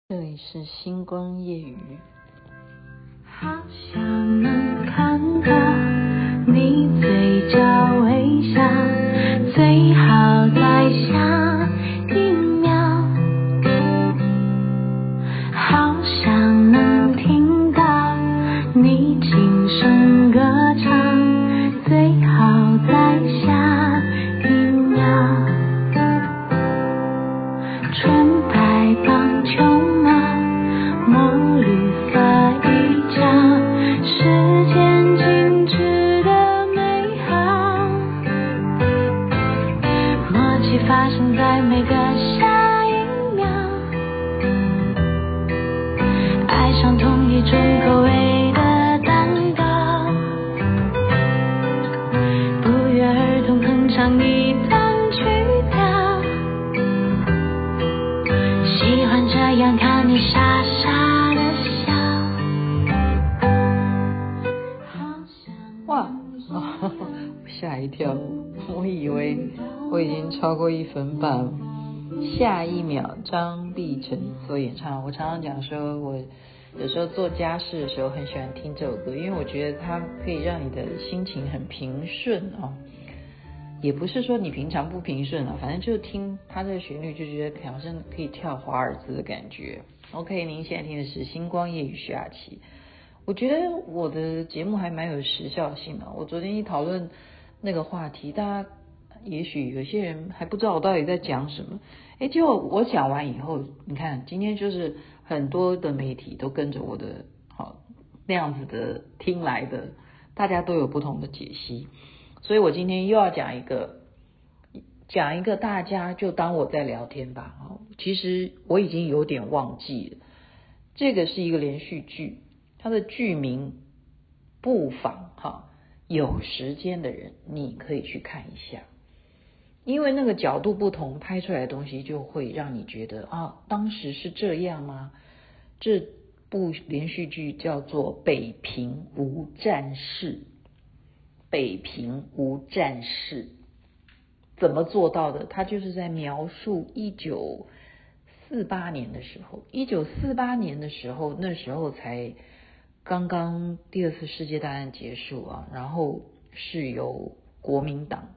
这里是星光夜雨。 好想能看到你嘴角微笑，最好在下一秒。好想能听到你轻声歌唱，最好在下一秒。纯白棒球帽，墨绿发一角，时间静止的美好，默契发生在每个下一秒，爱上同一种口味的蛋糕，不约而同哼唱一段曲调，喜欢这样看你傻傻的笑。 哇，吓一跳，我以为我已经超过1分半了。下一秒，张碧晨所演唱。我常常讲说，我有时候做家事的时候很喜欢听这首歌，因为我觉得它可以让你的心情很平顺哦。也不是说你平常不平顺啊，反正就听它这个旋律就觉得好像可以跳华尔兹的感觉。OK， 您现在听的是星光夜雨徐雅琪。我觉得我的节目还蛮有时效性的。我昨天一讨论那个话题，大家也许有些人还不知道我到底在讲什么。结果我讲完以后，你看今天就是很多的媒体都跟着我的那样子的听来的，大家都有不同的解析。所以我今天又要讲一个大家就当我在聊天吧。其实我已经有点忘记了，这个是一个连续剧，它的剧名不妨有时间的人你可以去看一下，因为那个角度不同，拍出来的东西就会让你觉得当时是这样吗？这部连续剧叫做《北平无战事》。北平无战事怎么做到的？他就是在描述1948年的时候，1948年的时候，那时候才刚刚第2次世界大战结束然后是由国民党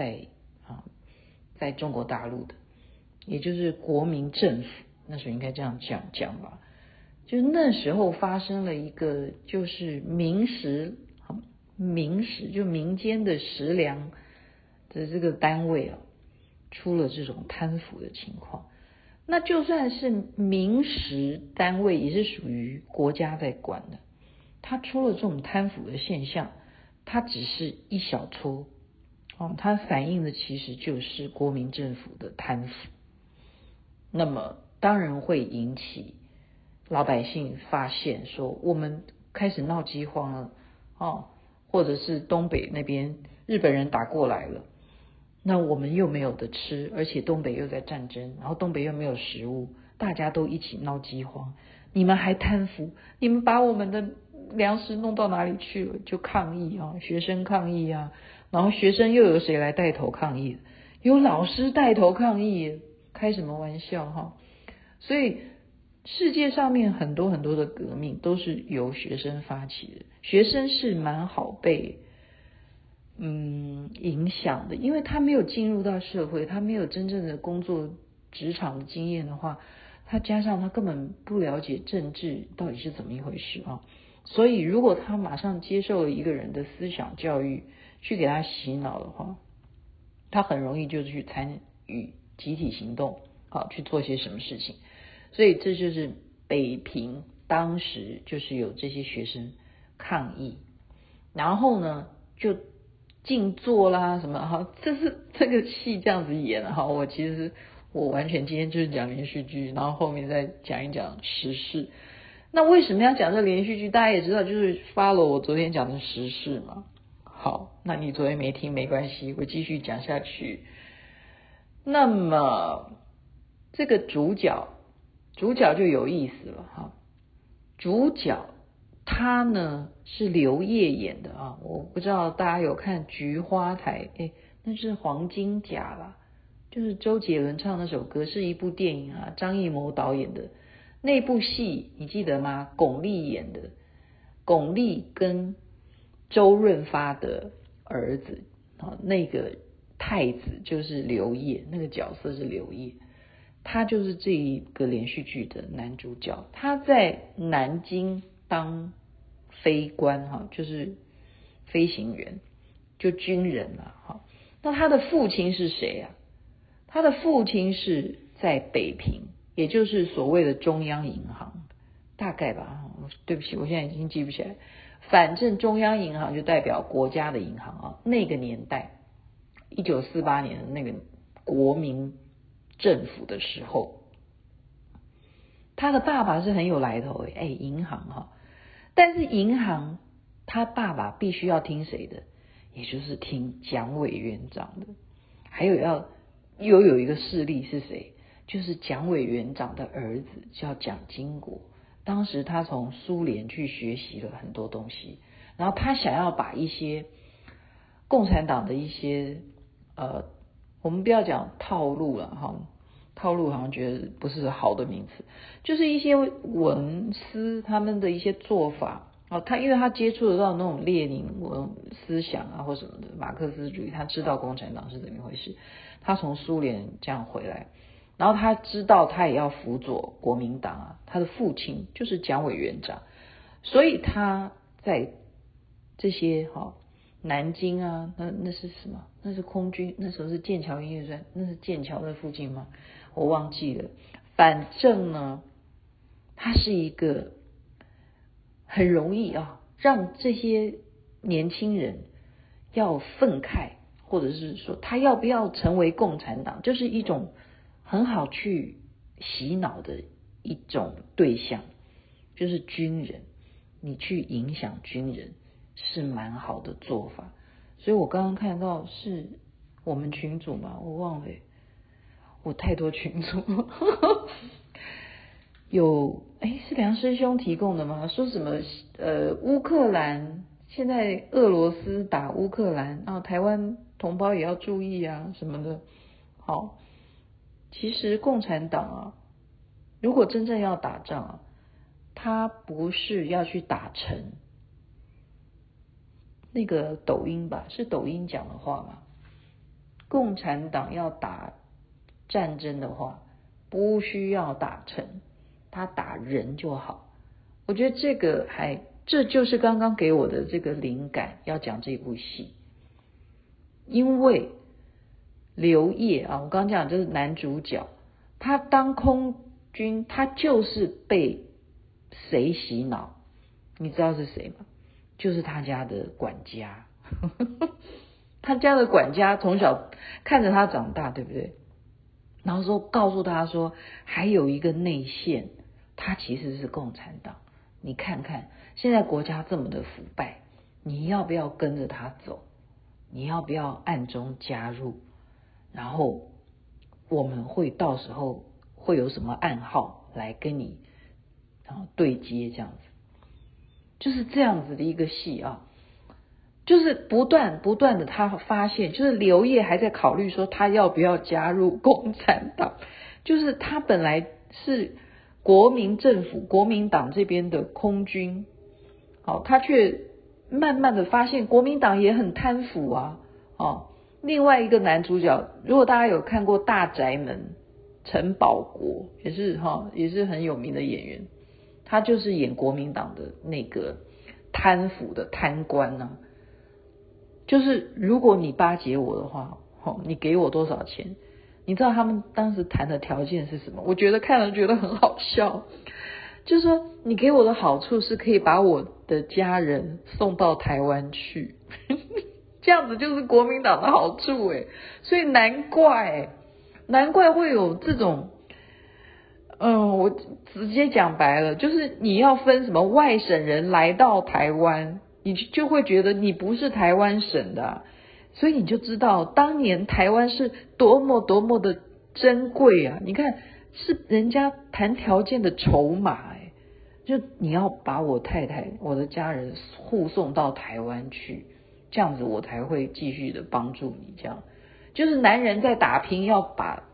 在中国大陆的，也就是国民政府，那时候应该这样讲吧。就是那时候发生了一个，就是民食就民间的食粮的这个单位出了这种贪腐的情况。那就算是民食单位，也是属于国家在管的，它出了这种贪腐的现象，它只是一小撮它反映的其实就是国民政府的贪腐。那么当然会引起老百姓发现说，我们开始闹饥荒了或者是东北那边日本人打过来了，那我们又没有得吃，而且东北又在战争，然后东北又没有食物，大家都一起闹饥荒，你们还贪腐，你们把我们的粮食弄到哪里去了？就抗议学生抗议然后学生又有谁来带头抗议？有老师带头抗议，开什么玩笑所以世界上面很多很多的革命都是由学生发起的，学生是蛮好被影响的，因为他没有进入到社会，他没有真正的工作职场的经验的话，他加上他根本不了解政治到底是怎么一回事所以如果他马上接受了一个人的思想教育，去给他洗脑的话，他很容易就去参与集体行动去做些什么事情。所以这就是北平当时就是有这些学生抗议，然后呢就静坐啦什么这个戏这样子演我完全今天就是讲连续剧，然后后面再讲一讲时事。那为什么要讲这连续剧？大家也知道，就是 follow 我昨天讲的时事嘛。好，那你昨天没听没关系，我继续讲下去。那么这个主角就有意思了主角他呢是刘烨演的我不知道大家有看菊花台那是黄金甲吧，就是周杰伦唱那首歌，是一部电影张艺谋导演的那部戏你记得吗？巩俐演的，巩俐跟周润发的儿子，那个太子就是刘烨，那个角色是刘烨，他就是这一个连续剧的男主角。他在南京当飞官，就是飞行员，就军人啊。那他的父亲是谁啊？他的父亲是在北平，也就是所谓的中央银行，大概吧，对不起，我现在已经记不起来。反正中央银行就代表国家的银行啊，那个年代1948年的那个国民政府的时候，他的爸爸是很有来头银行但是银行他爸爸必须要听谁的？也就是听蒋委员长的。还有又有一个势力是谁？就是蒋委员长的儿子叫蒋经国，当时他从苏联去学习了很多东西，然后他想要把一些共产党的一些我们不要讲套路了套路好像觉得不是好的名词，就是一些文思他们的一些做法因为他接触得到那种列宁思想或什么的马克思主义，他知道共产党是怎么一回事，他从苏联这样回来，然后他知道他也要辅佐国民党他的父亲就是蒋委员长，所以他在这些南京那是什么？那是空军，那时候是剑桥音乐专，那是剑桥的附近吗？我忘记了。反正呢，它是一个很容易让这些年轻人要愤慨，或者是说他要不要成为共产党，就是一种很好去洗脑的一种对象，就是军人，你去影响军人是蛮好的做法。所以我刚刚看到是我们群组嘛，我忘了我太多群组有是梁师兄提供的吗？说什么乌克兰现在俄罗斯打乌克兰台湾同胞也要注意什么的。好，其实共产党如果真正要打仗他不是要去打成那个抖音吧，是抖音讲的话吗？共产党要打战争的话不需要打成，他打人就好。我觉得这就是刚刚给我的这个灵感，要讲这部戏。因为刘烨我刚刚讲就是男主角，他当空军，他就是被谁洗脑？你知道是谁吗？就是他家的管家他家的管家从小看着他长大，对不对？然后告诉他说还有一个内线，他其实是共产党，你看看现在国家这么的腐败，你要不要跟着他走？你要不要暗中加入？然后我们会到时候会有什么暗号来跟你对接，这样子就是这样子的一个戏就是不断的他发现，就是刘烨还在考虑说他要不要加入共产党，就是他本来是国民政府国民党这边的空军他却慢慢的发现国民党也很贪腐另外一个男主角，如果大家有看过大宅门，陈宝国也是很有名的演员，他就是演国民党的那个贪腐的贪官就是如果你巴结我的话你给我多少钱？你知道他们当时谈的条件是什么？我觉得看了觉得很好笑，就是说你给我的好处是可以把我的家人送到台湾去这样子就是国民党的好处所以难怪会有这种我直接讲白了，就是你要分什么外省人来到台湾，你就会觉得你不是台湾省的所以你就知道当年台湾是多么的珍贵你看是人家谈条件的筹码就你要把我太太我的家人护送到台湾去，这样子我才会继续的帮助你，这样就是男人在打拼要把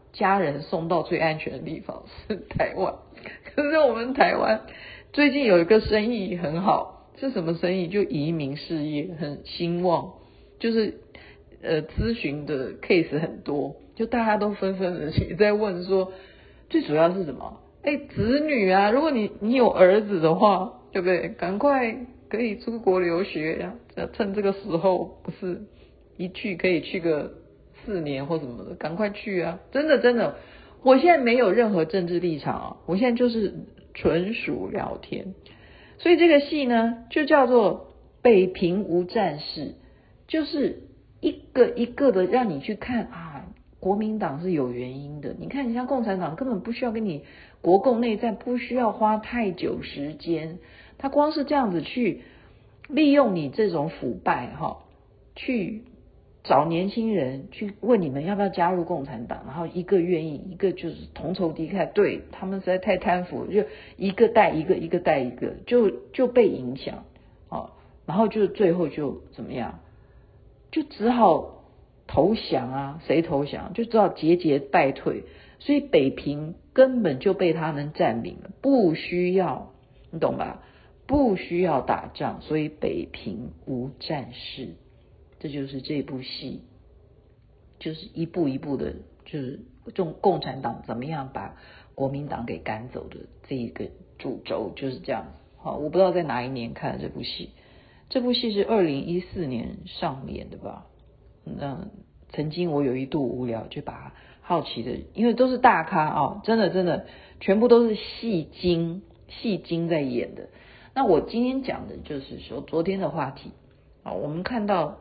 家人送到最安全的地方是台湾。可是我们台湾最近有一个生意很好，是什么生意？就移民事业很兴旺，就是咨询的 case 很多，就大家都纷纷的在问说，最主要是什么？子女啊，如果你有儿子的话，对不对？赶快可以出国留学呀，趁这个时候，不是一去可以去个4年或什么的，赶快去啊！真的，我现在没有任何政治立场啊，我现在就是纯属聊天。所以这个戏呢，就叫做北平无战事，就是一个一个的让你去看啊，国民党是有原因的。你看，你像共产党根本不需要跟你国共内战，不需要花太久时间，他光是这样子去利用你这种腐败去找年轻人去问你们要不要加入共产党，然后一个愿意，一个就是同仇敌忾，对他们实在太贪腐，就一个带一个，一个带一个，就被影响然后就最后就怎么样，就只好投降啊，谁投降就只好节节败退，所以北平根本就被他们占领了，不需要，你懂吧？不需要打仗，所以北平无战事。这就是这部戏，就是一步一步的，就是共产党怎么样把国民党给赶走的这一个主轴就是这样子。好，我不知道在哪一年看的这部戏，这部戏是2014年上演的吧？曾经我有一度无聊，就把它好奇的，因为都是大咖真的，全部都是戏精在演的。那我今天讲的就是说昨天的话题我们看到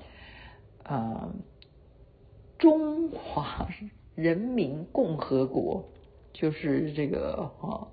中华人民共和国就是这个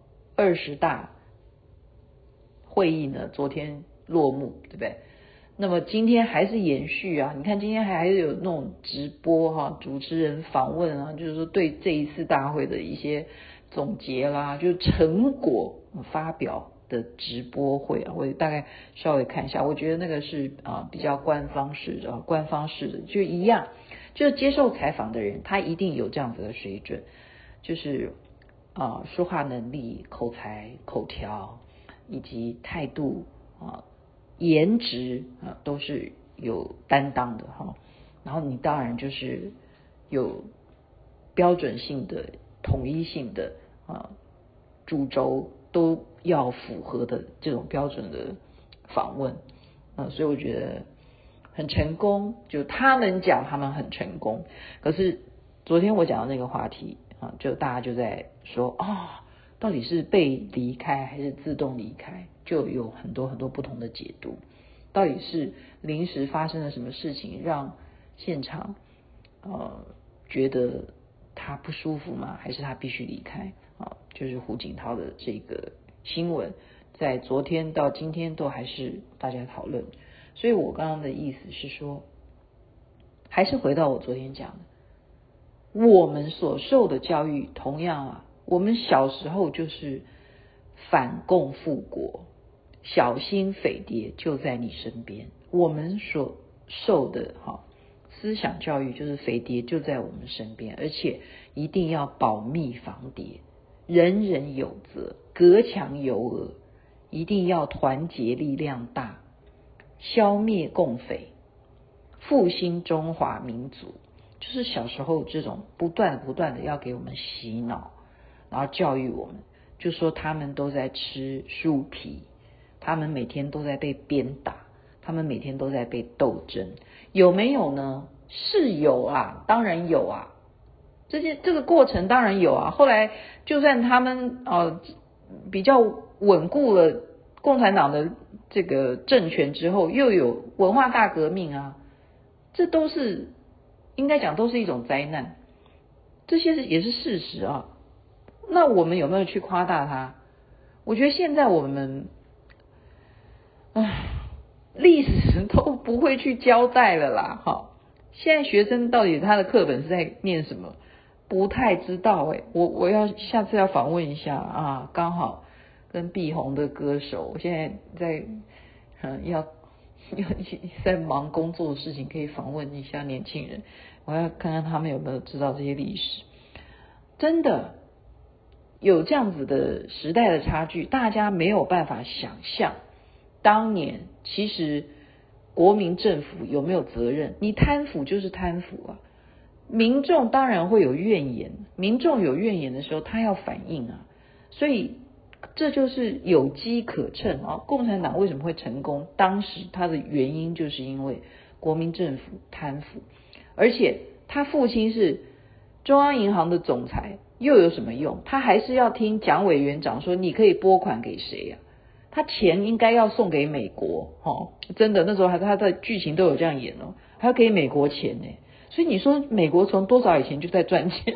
20大会议呢，昨天落幕，对不对？那么今天还是延续啊，你看今天还是有那种直播主持人访问啊，就是说对这一次大会的一些总结啦，就是成果发表的直播会我大概稍微看一下，我觉得那个是比较官方式的，就一样，就是接受采访的人他一定有这样子的水准，就是说话能力、口才、口条以及态度颜值都是有担当的然后你当然就是有标准性的、统一性的主轴都要符合的这种标准的访问所以我觉得很成功，就他们讲他们很成功，可是昨天我讲的那个话题就大家就在说到底是被离开还是自动离开，就有很多很多不同的解读。到底是临时发生了什么事情让现场觉得他不舒服吗？还是他必须离开就是胡锦涛的这个新闻在昨天到今天都还是大家讨论。所以我刚刚的意思是说，还是回到我昨天讲的，我们所受的教育同样我们小时候就是反共复国，小心匪谍就在你身边，我们所受的思想教育就是匪谍就在我们身边，而且一定要保密防谍，人人有责，隔墙有耳，一定要团结力量大，消灭共匪，复兴中华民族。就是小时候这种不断的要给我们洗脑，然后教育我们，就说他们都在吃树皮，他们每天都在被鞭打，他们每天都在被斗争，有没有呢？是有当然有这个过程当然有后来就算他们比较稳固了共产党的这个政权之后，又有文化大革命这都是应该讲都是一种灾难，这些也是事实那我们有没有去夸大它？我觉得现在我们历史都不会去交代了啦现在学生到底他的课本是在念什么？不太知道我要下次要访问一下刚好跟碧红的歌手，我现在在要在忙工作的事情，可以访问一下年轻人，我要看看他们有没有知道这些历史。 真的有这样子的时代的差距，大家没有办法想象当年其实国民政府有没有责任？你贪腐就是贪腐啊，民众当然会有怨言，民众有怨言的时候他要反应啊，所以这就是有机可乘啊。共产党为什么会成功？当时他的原因就是因为国民政府贪腐，而且他父亲是中央银行的总裁，又有什么用？他还是要听蒋委员长说你可以拨款给谁啊？他钱应该要送给美国真的那时候他的剧情都有这样演还要给美国钱呢。所以你说美国从多少以前就在赚钱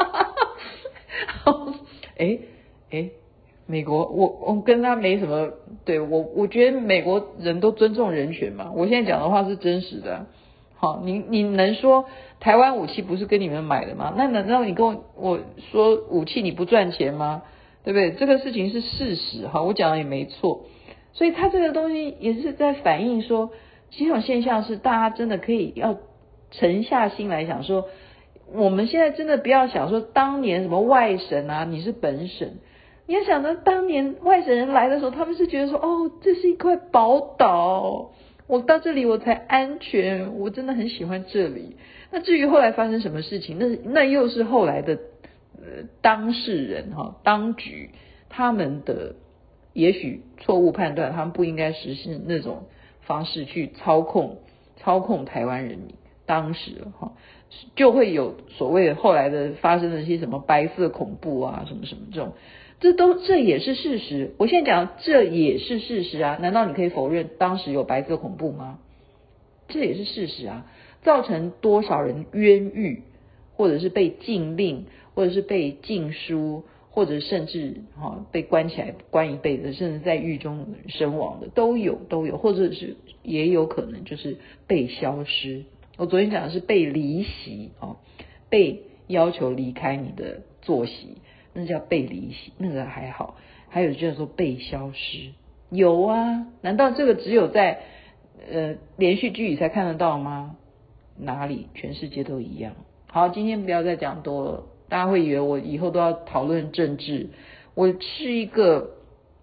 美国我跟他没什么，对我觉得美国人都尊重人权嘛，我现在讲的话是真实的。好，你能说台湾武器不是跟你们买的吗？那难道你跟我说武器你不赚钱吗？对不对？这个事情是事实哈，我讲的也没错。所以他这个东西也是在反映说，其实这种现象是大家真的可以要沉下心来想说，我们现在真的不要想说当年什么外省啊，你是本省。你要想到当年外省人来的时候，他们是觉得说，这是一块宝岛，我到这里我才安全，我真的很喜欢这里。那至于后来发生什么事情，那又是后来的当事人当局他们的也许错误判断，他们不应该实施那种方式去操控台湾人民。当时就会有所谓的后来的发生的一些什么白色恐怖啊，什么什么这也是事实。我现在讲这也是事实啊，难道你可以否认当时有白色恐怖吗？这也是事实啊，造成多少人冤狱，或者是被禁令，或者是被禁书，或者甚至被关起来关一辈子，甚至在狱中身亡的都有，或者是也有可能就是被消失。我昨天讲的是被离席被要求离开你的作息，那叫被离席，那个还好。还有就是说被消失，有啊，难道这个只有在连续剧里才看得到吗？哪里？全世界都一样。好，今天不要再讲多了，大家会以为我以后都要讨论政治。我是一个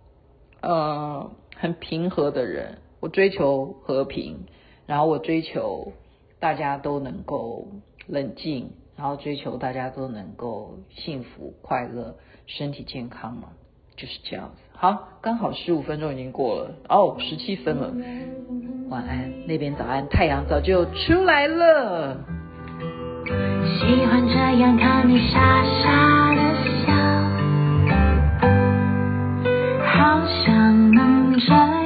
很平和的人，我追求和平，然后我追求大家都能够冷静，然后追求大家都能够幸福快乐身体健康嘛，就是这样子。好，刚好15分钟已经过了17分了，晚安，那边早安，太阳早就出来了。 喜欢这样看你傻傻的笑，好想能这